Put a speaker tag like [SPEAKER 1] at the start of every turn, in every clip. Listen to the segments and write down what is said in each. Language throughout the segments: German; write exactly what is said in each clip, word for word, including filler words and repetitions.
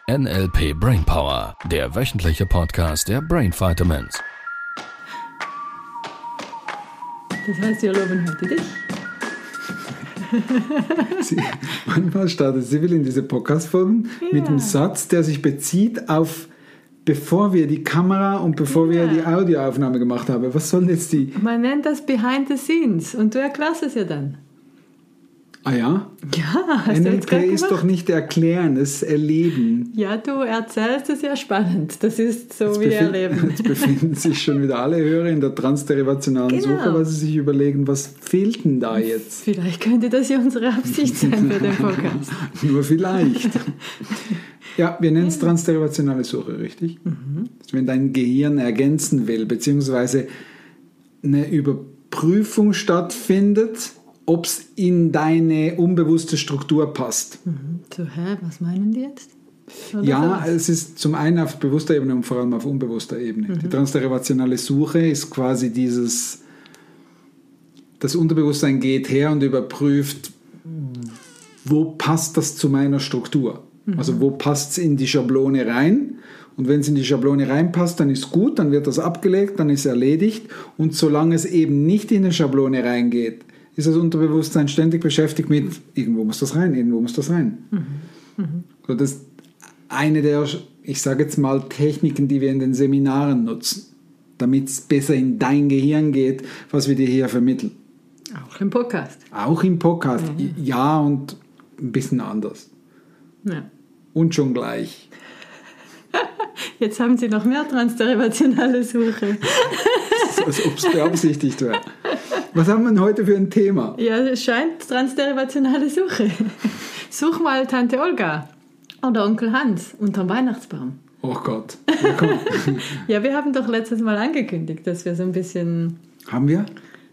[SPEAKER 1] N L P Brainpower, der wöchentliche Podcast der Brain Vitamins.
[SPEAKER 2] Das heißt, wir loben heute dich.
[SPEAKER 3] Sie, manchmal startet Sibyl in diese Podcast-Folgen ja. mit einem Satz, der sich bezieht auf, bevor wir die Kamera und bevor ja. wir die Audioaufnahme gemacht haben. Was sollen jetzt die...
[SPEAKER 2] Man nennt das Behind the Scenes und du erklärst es ja dann.
[SPEAKER 3] Ah ja?
[SPEAKER 2] Ja, hast
[SPEAKER 3] N L P
[SPEAKER 2] du jetzt gerade
[SPEAKER 3] ist
[SPEAKER 2] gemacht?
[SPEAKER 3] doch nicht erklären, es ist erleben.
[SPEAKER 2] Ja, du erzählst es ja spannend. Das ist so
[SPEAKER 3] jetzt
[SPEAKER 2] wie
[SPEAKER 3] befind,
[SPEAKER 2] erleben.
[SPEAKER 3] Jetzt befinden sich schon wieder alle Hörer in der transderivationalen
[SPEAKER 2] Genau.
[SPEAKER 3] Suche, weil sie sich überlegen, was fehlt denn da jetzt?
[SPEAKER 2] Vielleicht könnte das ja unsere Absicht sein für den Podcast.
[SPEAKER 3] Nur vielleicht. Ja, wir nennen es transderivationale Suche, richtig?
[SPEAKER 2] Mhm.
[SPEAKER 3] Wenn dein Gehirn ergänzen will, beziehungsweise eine Überprüfung stattfindet, ob es in deine unbewusste Struktur passt.
[SPEAKER 2] Mhm. So, hä, was meinen die jetzt? Oder
[SPEAKER 3] Ja,
[SPEAKER 2] sowas?
[SPEAKER 3] es ist zum einen auf bewusster Ebene und vor allem auf unbewusster Ebene.
[SPEAKER 2] Mhm.
[SPEAKER 3] Die transderivationale Suche ist quasi dieses, das Unterbewusstsein geht her und überprüft, wo passt das zu meiner Struktur? Mhm. Also wo passt es in die Schablone rein? Und wenn es in die Schablone reinpasst, dann ist gut, dann wird das abgelegt, dann ist erledigt. Und solange es eben nicht in eine Schablone reingeht, ist das Unterbewusstsein ständig beschäftigt mit, irgendwo muss das rein, irgendwo muss das rein.
[SPEAKER 2] Mhm. Mhm.
[SPEAKER 3] So, das ist eine der, ich sage jetzt mal, Techniken, die wir in den Seminaren nutzen, damit es besser in dein Gehirn geht, was wir dir hier vermitteln.
[SPEAKER 2] Auch im Podcast.
[SPEAKER 3] Auch im Podcast,
[SPEAKER 2] Mhm.
[SPEAKER 3] ja, und ein bisschen anders.
[SPEAKER 2] Ja.
[SPEAKER 3] Und schon gleich.
[SPEAKER 2] Jetzt haben Sie noch mehr transderivationale Suche.
[SPEAKER 3] Als ob es beabsichtigt wäre. Was haben wir denn heute für ein Thema?
[SPEAKER 2] Ja, es scheint transderivationale Suche. Such mal Tante Olga oder Onkel Hans unterm Weihnachtsbaum.
[SPEAKER 3] Oh Gott. Ja, komm.
[SPEAKER 2] Ja, wir haben doch letztes Mal angekündigt, dass wir so ein bisschen
[SPEAKER 3] Haben wir?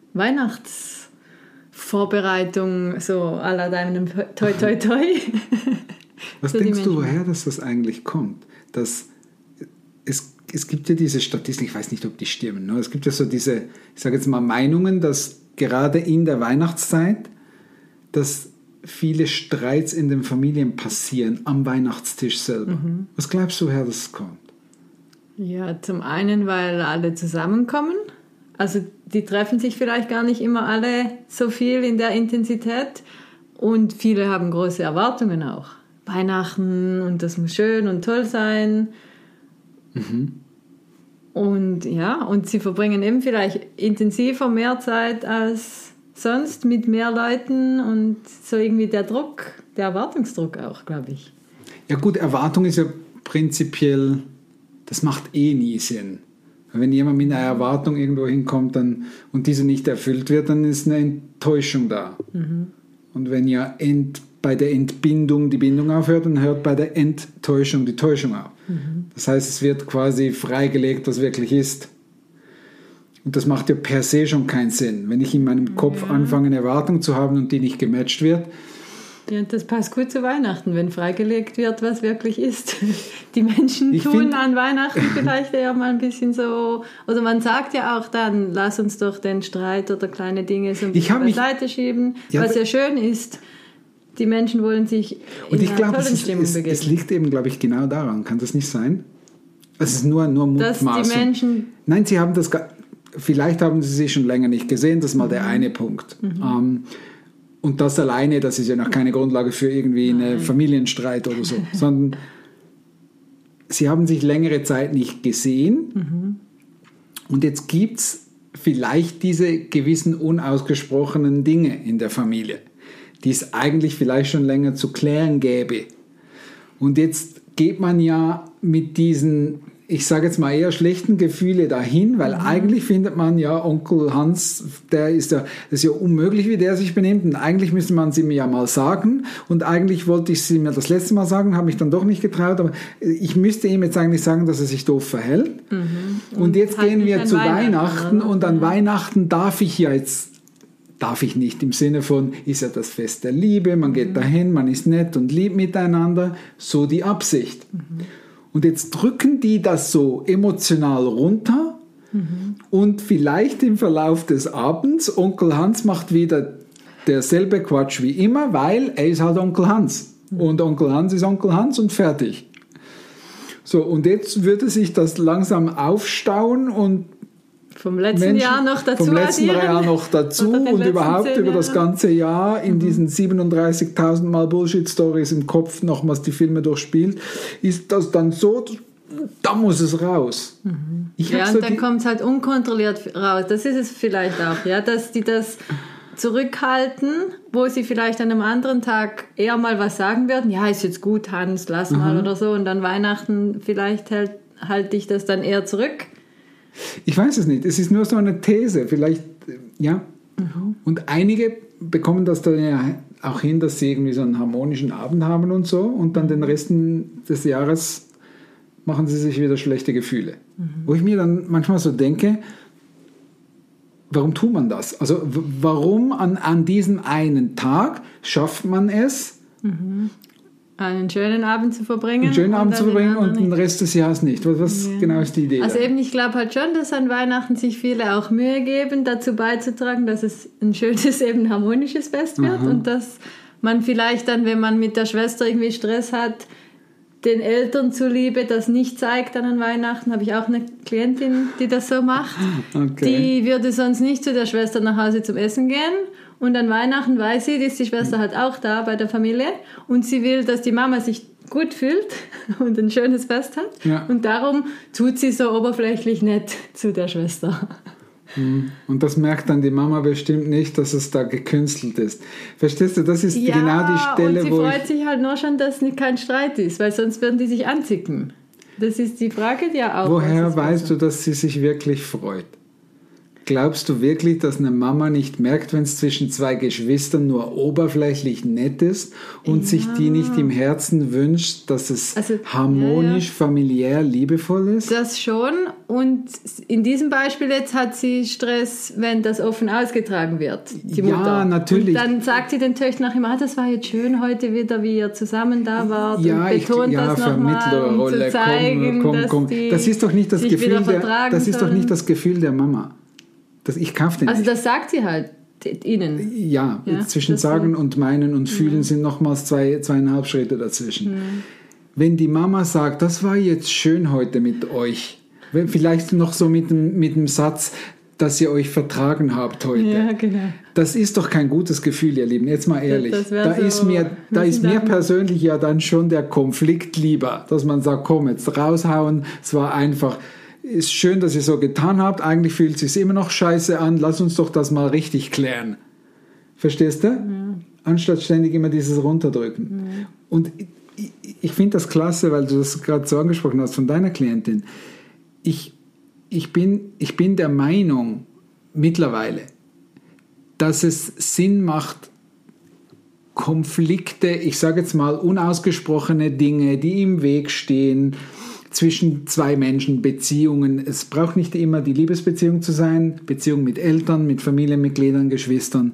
[SPEAKER 2] Weihnachtsvorbereitung so à la deinem Toi Toi Toi.
[SPEAKER 3] Was
[SPEAKER 2] So die
[SPEAKER 3] denkst du,
[SPEAKER 2] Menschen.
[SPEAKER 3] woher dass das eigentlich kommt? Dass es, es gibt ja diese Statistik, ich weiß nicht, ob die stimmen, ne? Es gibt ja so diese, ich sage jetzt mal, Meinungen, dass gerade in der Weihnachtszeit, dass viele Streits in den Familien passieren, am Weihnachtstisch selber.
[SPEAKER 2] Mhm.
[SPEAKER 3] Was glaubst du, woher das kommt?
[SPEAKER 2] Ja, zum einen, weil alle zusammenkommen. Also die treffen sich vielleicht gar nicht immer alle so viel in der Intensität. Und viele haben große Erwartungen auch. Weihnachten und das muss schön und toll sein.
[SPEAKER 3] Mhm.
[SPEAKER 2] Und ja, und sie verbringen eben vielleicht intensiver mehr Zeit als sonst mit mehr Leuten und so irgendwie der Druck, der Erwartungsdruck auch, glaube ich.
[SPEAKER 3] Ja gut, Erwartung ist ja prinzipiell, das macht eh nie Sinn. Wenn jemand mit einer Erwartung irgendwo hinkommt dann, und diese nicht erfüllt wird, dann ist eine Enttäuschung da.
[SPEAKER 2] Mhm.
[SPEAKER 3] Und wenn ja ent, bei der Entbindung die Bindung aufhört, dann hört bei der Enttäuschung die Täuschung auf. Mhm. Das heißt, es wird quasi freigelegt, was wirklich ist. Und das macht ja per se schon keinen Sinn. Wenn ich in meinem Kopf
[SPEAKER 2] ja.
[SPEAKER 3] anfange, eine Erwartung zu haben und die nicht gematcht wird.
[SPEAKER 2] Ja, das passt gut zu Weihnachten, wenn freigelegt wird, was wirklich ist. Die Menschen
[SPEAKER 3] Ich
[SPEAKER 2] tun
[SPEAKER 3] find,
[SPEAKER 2] an Weihnachten vielleicht eher mal ein bisschen so, also man sagt ja auch dann, lass uns doch den Streit oder kleine Dinge so ein bisschen beiseite schieben,
[SPEAKER 3] ja,
[SPEAKER 2] was ja schön ist. Die Menschen wollen sich in
[SPEAKER 3] und ich
[SPEAKER 2] einer
[SPEAKER 3] glaube,
[SPEAKER 2] tollen
[SPEAKER 3] es,
[SPEAKER 2] Stimmung
[SPEAKER 3] es,
[SPEAKER 2] begegnen.
[SPEAKER 3] es liegt eben, glaube ich, genau daran. Kann das nicht sein? Es ist nur, nur Mutmaßung.
[SPEAKER 2] Dass die Menschen...
[SPEAKER 3] Nein, sie haben das... Vielleicht haben sie sich schon länger nicht gesehen. Das ist mal mhm. der eine Punkt. Mhm. Ähm, und das alleine, das ist ja noch keine Grundlage für irgendwie einen Familienstreit oder so. Sondern sie haben sich längere Zeit nicht gesehen. Mhm. Und jetzt gibt es vielleicht diese gewissen unausgesprochenen Dinge in der Familie, die es eigentlich vielleicht schon länger zu klären gäbe. Und jetzt geht man ja mit diesen, ich sage jetzt mal eher schlechten Gefühle dahin, weil mhm. eigentlich findet man ja, Onkel Hans, der ist ja, das ist ja unmöglich, wie der sich benimmt, und eigentlich müsste man sie mir ja mal sagen, und eigentlich wollte ich sie mir das letzte Mal sagen, habe mich dann doch nicht getraut, aber ich müsste ihm jetzt eigentlich sagen, dass er sich doof verhält. Mhm. Und, und jetzt gehen wir zu Weihnachten, Weihnachten und an ja. Weihnachten darf ich ja jetzt Darf ich nicht, im Sinne von, ist ja das Fest der Liebe, man geht mhm. dahin, man ist nett und lieb miteinander, so die Absicht. Mhm. Und jetzt drücken die das so emotional runter mhm. und vielleicht im Verlauf des Abends, Onkel Hans macht wieder derselbe Quatsch wie immer, weil er ist halt Onkel Hans. Mhm. Und Onkel Hans ist Onkel Hans und fertig. So, und jetzt würde sich das langsam aufstauen und
[SPEAKER 2] vom letzten
[SPEAKER 3] Menschen,
[SPEAKER 2] Jahr noch dazu
[SPEAKER 3] vom letzten
[SPEAKER 2] addieren.
[SPEAKER 3] Jahr noch dazu und überhaupt über das ganze Jahr in mhm. diesen siebenunddreißigtausend Mal Bullshit-Stories im Kopf nochmals die Filme durchspielt, ist das dann so, da muss es raus.
[SPEAKER 2] Mhm. Ich ja, und so dann kommt es halt unkontrolliert raus. Das ist es vielleicht auch, ja, dass die das zurückhalten, wo sie vielleicht an einem anderen Tag eher mal was sagen würden. Ja, ist jetzt gut, Hans, lass mal mhm. oder so. Und dann Weihnachten, vielleicht hält, halte ich das dann eher zurück.
[SPEAKER 3] Ich weiß es nicht. Es ist nur so eine These. Vielleicht, ja. Mhm. Und einige bekommen das dann ja auch hin, dass sie irgendwie so einen harmonischen Abend haben und so. Und dann den Rest des Jahres machen sie sich wieder schlechte Gefühle. Mhm. Wo ich mir dann manchmal so denke, warum tut man das? Also w- warum an, an diesem einen Tag schafft man es,
[SPEAKER 2] mhm. einen schönen Abend zu verbringen.
[SPEAKER 3] Einen schönen Abend zu verbringen und den Rest des Jahres nicht. Was, was ja. genau ist die Idee?
[SPEAKER 2] Also
[SPEAKER 3] da?
[SPEAKER 2] eben, ich glaube halt schon, dass an Weihnachten sich viele auch Mühe geben, dazu beizutragen, dass es ein schönes, eben harmonisches Fest wird. Aha. Und dass man vielleicht dann, wenn man mit der Schwester irgendwie Stress hat, den Eltern zuliebe das nicht zeigt dann an Weihnachten. Habe ich auch eine Klientin, die das so macht. Okay. Die würde sonst nicht zu der Schwester nach Hause zum Essen gehen. Und an Weihnachten weiß sie, ist die Schwester halt auch da bei der Familie. Und sie will, dass die Mama sich gut fühlt und ein schönes Fest hat. Ja. Und darum tut sie so oberflächlich nett zu der Schwester.
[SPEAKER 3] Und das merkt dann die Mama bestimmt nicht, dass es da gekünstelt ist. Verstehst du, das ist ja, genau die Stelle, wo
[SPEAKER 2] und sie freut
[SPEAKER 3] ich
[SPEAKER 2] sich halt nur schon, dass nicht kein Streit ist, weil sonst würden die sich anzicken. Das ist die Frage ja auch.
[SPEAKER 3] Woher weißt du, dass sie sich wirklich freut? Glaubst du wirklich, dass eine Mama nicht merkt, wenn es zwischen zwei Geschwistern nur oberflächlich nett ist und ja. sich die nicht im Herzen wünscht, dass es also, harmonisch, ja, ja. familiär, liebevoll ist?
[SPEAKER 2] Das schon. Und in diesem Beispiel jetzt hat sie Stress, wenn das offen ausgetragen wird, die Mutter.
[SPEAKER 3] Ja, natürlich.
[SPEAKER 2] Und dann sagt sie den Töchtern nach immer, ah, das war jetzt schön heute wieder, wie ihr zusammen da wart.
[SPEAKER 3] Ja,
[SPEAKER 2] und betont
[SPEAKER 3] ich, ja,
[SPEAKER 2] das nochmal, um zu zeigen,
[SPEAKER 3] komm, komm, komm.
[SPEAKER 2] dass die
[SPEAKER 3] das ist doch nicht das
[SPEAKER 2] sich
[SPEAKER 3] Gefühl
[SPEAKER 2] wieder
[SPEAKER 3] der, das ist doch nicht das Gefühl der Mama. Das, ich kaufe den
[SPEAKER 2] also
[SPEAKER 3] nicht.
[SPEAKER 2] das sagt sie halt ihnen.
[SPEAKER 3] Ja, ja zwischen Sagen und Meinen und Fühlen ja. sind nochmals zwei, zweieinhalb Schritte dazwischen. Ja. Wenn die Mama sagt, das war jetzt schön heute mit euch, vielleicht noch so mit dem, mit dem Satz, dass ihr euch vertragen habt heute.
[SPEAKER 2] Ja, genau.
[SPEAKER 3] Das ist doch kein gutes Gefühl, ihr Lieben. Jetzt mal ehrlich. Da so, ist mir, da ist mir persönlich ja dann schon der Konflikt lieber, dass man sagt, komm, jetzt raushauen, es war einfach... Ist schön, dass ihr so getan habt. Eigentlich fühlt es sich immer noch scheiße an. Lass uns doch das mal richtig klären. Verstehst du? Ja. Anstatt ständig immer dieses Runterdrücken. Ja. Und ich, ich finde das klasse, weil du das gerade so angesprochen hast von deiner Klientin. Ich, ich, bin, ich bin der Meinung mittlerweile, dass es Sinn macht, Konflikte, ich sage jetzt mal unausgesprochene Dinge, die im Weg stehen, zwischen zwei Menschen, Beziehungen. Es braucht nicht immer die Liebesbeziehung zu sein, Beziehung mit Eltern, mit Familienmitgliedern, Geschwistern.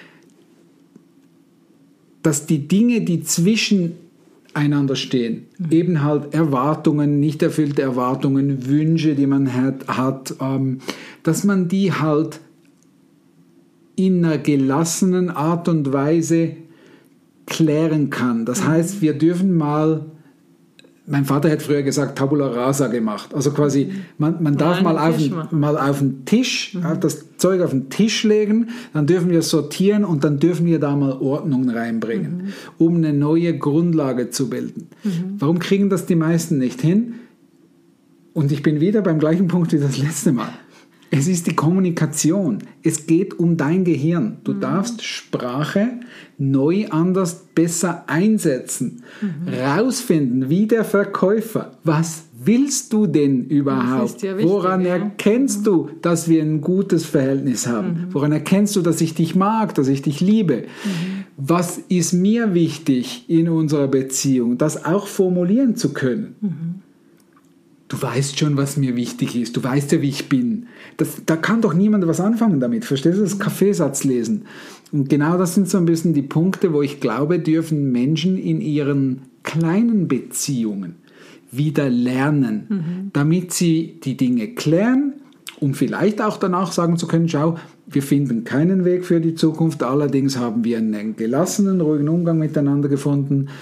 [SPEAKER 3] Dass die Dinge, die zwischeneinander stehen, mhm. eben halt Erwartungen, nicht erfüllte Erwartungen, Wünsche, die man hat, hat ähm, dass man die halt in einer gelassenen Art und Weise klären kann. Das mhm. heißt, wir dürfen mal... Mein Vater hat früher gesagt, Tabula Rasa gemacht. Also quasi, man, man darf mal auf, den, mal auf den Tisch, mhm. das Zeug auf den Tisch legen, dann dürfen wir sortieren und dann dürfen wir da mal Ordnung reinbringen, mhm. um eine neue Grundlage zu bilden. Mhm. Warum kriegen das die meisten nicht hin? Und ich bin wieder beim gleichen Punkt wie das letzte Mal. Es ist die Kommunikation. Es geht um dein Gehirn. Du mhm. darfst Sprache neu, anders, besser einsetzen. Mhm. Rausfinden, wie der Verkäufer. Was willst du denn überhaupt? Ja wichtig, Woran ja. erkennst mhm. du, dass wir ein gutes Verhältnis haben? Mhm. Woran erkennst du, dass ich dich mag, dass ich dich liebe? Mhm. Was ist mir wichtig in unserer Beziehung? Das auch formulieren zu können. Mhm. Du weißt schon, was mir wichtig ist. Du weißt ja, wie ich bin. Das, da kann doch niemand was anfangen damit. Verstehst du? Das Kaffeesatz lesen. Und genau das sind so ein bisschen die Punkte, wo ich glaube, dürfen Menschen in ihren kleinen Beziehungen wieder lernen, mhm. damit sie die Dinge klären, um vielleicht auch danach sagen zu können, schau, wir finden keinen Weg für die Zukunft, allerdings haben wir einen gelassenen, ruhigen Umgang miteinander gefunden.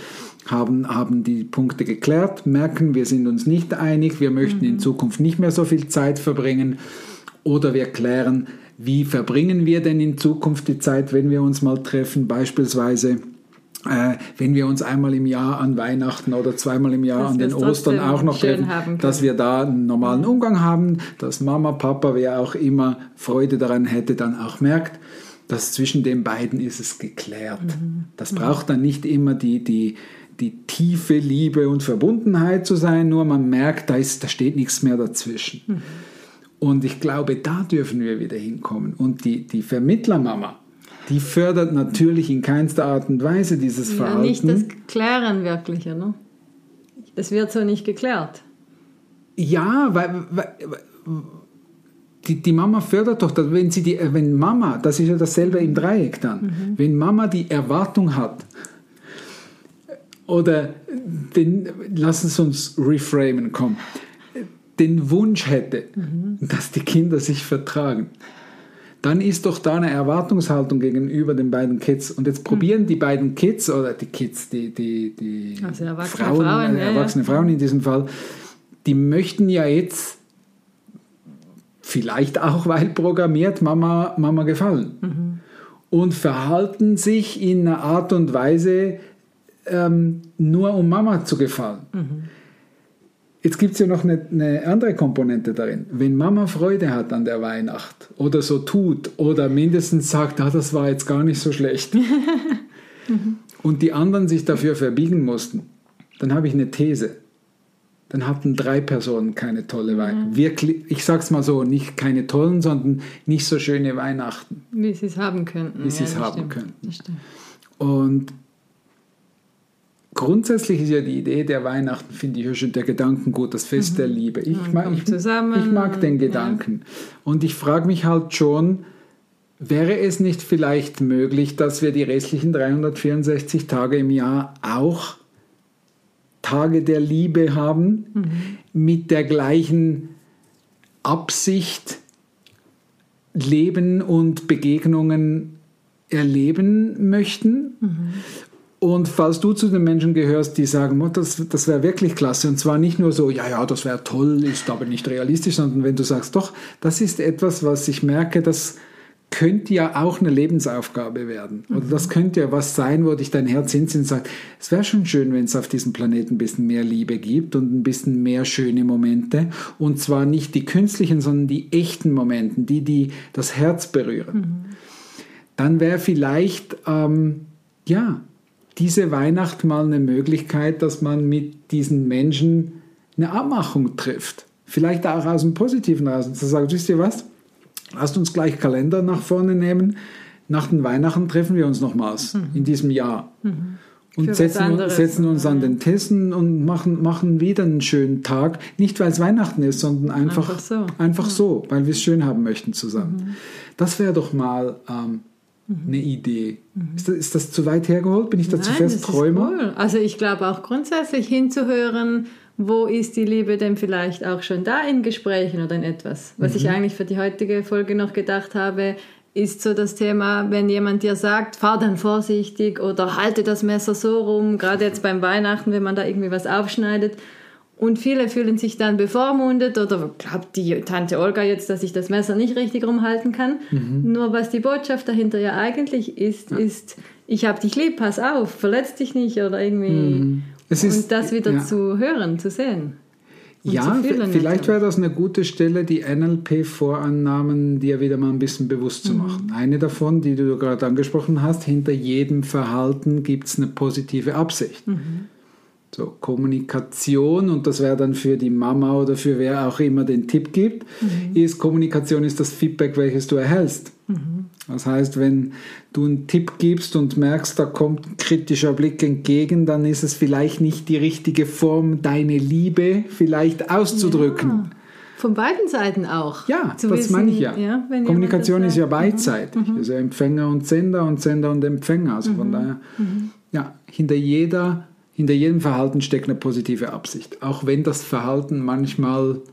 [SPEAKER 3] haben, haben die Punkte geklärt, merken, wir sind uns nicht einig, wir möchten mhm. in Zukunft nicht mehr so viel Zeit verbringen, oder wir klären, wie verbringen wir denn in Zukunft die Zeit, wenn wir uns mal treffen, beispielsweise äh, wenn wir uns einmal im Jahr an Weihnachten oder zweimal im Jahr dass an den Ostern auch noch treffen, dass wir da einen normalen Umgang haben, dass Mama, Papa, wer auch immer Freude daran hätte, dann auch merkt, dass zwischen den beiden ist es geklärt. Mhm. Das braucht dann nicht immer die, die, die tiefe Liebe und Verbundenheit zu sein, nur man merkt, da, ist, da steht nichts mehr dazwischen. Mhm. Und ich glaube, da dürfen wir wieder hinkommen. Und die, die Vermittlermama, die fördert natürlich in keinster Art und Weise dieses ja, Verhalten.
[SPEAKER 2] Nicht das Klären wirklich, oder? Es wird so nicht geklärt.
[SPEAKER 3] Ja, weil, weil die, die Mama fördert doch, wenn sie die, wenn Mama, das ist ja dasselbe im Dreieck dann, mhm. wenn Mama die Erwartung hat, oder den, lassen Sie uns reframen, komm, den Wunsch hätte, mhm. dass die Kinder sich vertragen, dann ist doch da eine Erwartungshaltung gegenüber den beiden Kids. Und jetzt probieren mhm. die beiden Kids, oder die Kids, die, die, die
[SPEAKER 2] also erwachsene
[SPEAKER 3] Frauen,
[SPEAKER 2] Frauen,
[SPEAKER 3] äh, erwachsene ja. Frauen in diesem Fall, die möchten ja jetzt vielleicht auch, weil programmiert, Mama, Mama gefallen. Mhm. Und verhalten sich in einer Art und Weise, ähm, nur um Mama zu gefallen. Mhm. Jetzt gibt es ja noch eine, eine andere Komponente darin. Wenn Mama Freude hat an der Weihnacht oder so tut oder mindestens sagt, ah, das war jetzt gar nicht so schlecht mhm. und die anderen sich dafür verbiegen mussten, dann habe ich eine These. Dann hatten drei Personen keine tolle Weihnachten. Mhm. Wirklich, ich sage es mal so, nicht keine tollen, sondern nicht so schöne Weihnachten.
[SPEAKER 2] Wie sie es haben könnten.
[SPEAKER 3] Wie sie es
[SPEAKER 2] ja,
[SPEAKER 3] haben
[SPEAKER 2] stimmt.
[SPEAKER 3] könnten.
[SPEAKER 2] Das stimmt.
[SPEAKER 3] Und grundsätzlich ist ja die Idee der Weihnachten, finde ich ja schon der Gedankengut, das Fest mhm. der Liebe. Ich, mag, ich, ich mag den Gedanken. Ja. Und ich frage mich halt schon, wäre es nicht vielleicht möglich, dass wir die restlichen dreihundertvierundsechzig Tage im Jahr auch Tage der Liebe haben, mhm. mit der gleichen Absicht Leben und Begegnungen erleben möchten? Mhm. Und falls du zu den Menschen gehörst, die sagen, das, das wäre wirklich klasse, und zwar nicht nur so, ja, ja, das wäre toll, ist aber nicht realistisch, sondern wenn du sagst, doch, das ist etwas, was ich merke, das könnte ja auch eine Lebensaufgabe werden. Oder das könnte ja was sein, wo dich dein Herz hinzieht und sagt, es wäre schon schön, wenn es auf diesem Planeten ein bisschen mehr Liebe gibt und ein bisschen mehr schöne Momente. Und zwar nicht die künstlichen, sondern die echten Momente, die, die das Herz berühren. Mhm. Dann wäre vielleicht, ähm, ja, diese Weihnacht mal eine Möglichkeit, dass man mit diesen Menschen eine Abmachung trifft. Vielleicht auch aus dem Positiven raus. Und zu sagen, wisst ihr was? Lasst uns gleich Kalender nach vorne nehmen. Nach den Weihnachten treffen wir uns nochmals mhm. in diesem Jahr. Mhm. Und setzen, setzen uns an den Tissen und machen, machen wieder einen schönen Tag. Nicht, weil es Weihnachten ist, sondern einfach, einfach so, einfach ja. so weil wir es schön haben möchten zusammen. Mhm. Das wäre doch mal ähm, eine Idee. Mhm. Ist, das, ist das zu weit hergeholt? Bin ich da zu fest Träumer?
[SPEAKER 2] Cool. Also ich glaube auch grundsätzlich hinzuhören, wo ist die Liebe denn vielleicht auch schon da in Gesprächen oder in etwas? Was mhm. ich eigentlich für die heutige Folge noch gedacht habe, ist so das Thema, wenn jemand dir sagt, fahr dann vorsichtig oder halte das Messer so rum, gerade jetzt beim Weihnachten, wenn man da irgendwie was aufschneidet. Und viele fühlen sich dann bevormundet oder glaubt die Tante Olga jetzt, dass ich das Messer nicht richtig rumhalten kann. Mhm. Nur was die Botschaft dahinter ja eigentlich ist, ja. ist, ich hab dich lieb, pass auf, verletz dich nicht oder irgendwie. Mhm. Es ist, und das wieder ja. zu hören, zu sehen.
[SPEAKER 3] Ja, vielleicht wäre das eine gute Stelle, die N L P-Vorannahmen dir wieder mal ein bisschen bewusst zu machen. Mhm. Eine davon, die du gerade angesprochen hast, hinter jedem Verhalten gibt es eine positive Absicht. Mhm. So, Kommunikation, und das wäre dann für die Mama oder für wer auch immer den Tipp gibt, mhm. ist, Kommunikation ist das Feedback, welches du erhältst. Mhm. Das heißt, wenn du einen Tipp gibst und merkst, da kommt ein kritischer Blick entgegen, dann ist es vielleicht nicht die richtige Form, deine Liebe vielleicht auszudrücken. Ja,
[SPEAKER 2] von beiden Seiten auch.
[SPEAKER 3] Ja, das wissen, meine ich ja. ja Kommunikation ist ja beidseitig. Mhm. Also Empfänger und Sender und Sender und Empfänger. Also mhm. von daher, mhm. ja, hinter jeder Hinter jedem Verhalten steckt eine positive Absicht. Auch wenn das Verhalten manchmal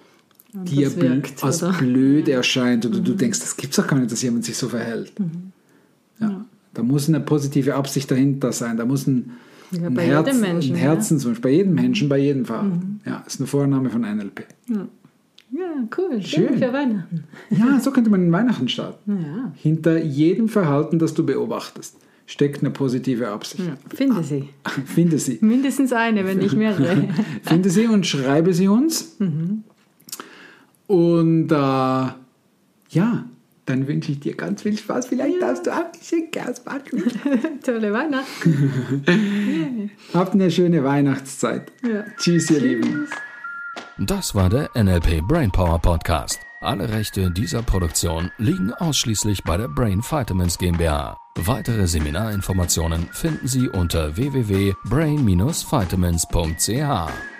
[SPEAKER 3] und dir wirkt, als oder? blöd erscheint oder mhm. du denkst, das gibt es doch gar nicht, dass jemand sich so verhält. Mhm. Ja. Ja. Da muss eine positive Absicht dahinter sein. Da muss ein,
[SPEAKER 2] Ja,
[SPEAKER 3] ein
[SPEAKER 2] bei
[SPEAKER 3] Herz,
[SPEAKER 2] jedem Menschen.
[SPEAKER 3] ein Herzenswunsch, ja. bei jedem Menschen, bei jedem Fall. Mhm. Ja, ist eine Vorname von N L P.
[SPEAKER 2] Ja, ja cool. Schön für Weihnachten.
[SPEAKER 3] Ja, so könnte man in Weihnachten starten.
[SPEAKER 2] Ja.
[SPEAKER 3] Hinter jedem Verhalten, das du beobachtest, steckt eine positive Absicht.
[SPEAKER 2] Ja, finde sie.
[SPEAKER 3] Finde sie.
[SPEAKER 2] Mindestens eine, wenn nicht mehrere.
[SPEAKER 3] Finde sie und schreibe sie uns. Mhm. Und äh, ja, dann wünsche ich dir ganz viel Spaß. Vielleicht ja. darfst du auch Geschenke auspacken.
[SPEAKER 2] Tolle Weihnachten.
[SPEAKER 3] Habt eine schöne Weihnachtszeit. Ja. Tschüss, ihr Tschüss. Lieben.
[SPEAKER 1] Das war der N L P Brainpower Podcast. Alle Rechte dieser Produktion liegen ausschließlich bei der Brain Vitamins GmbH. Weitere Seminarinformationen finden Sie unter w w w punkt brain dash vitamins punkt c h.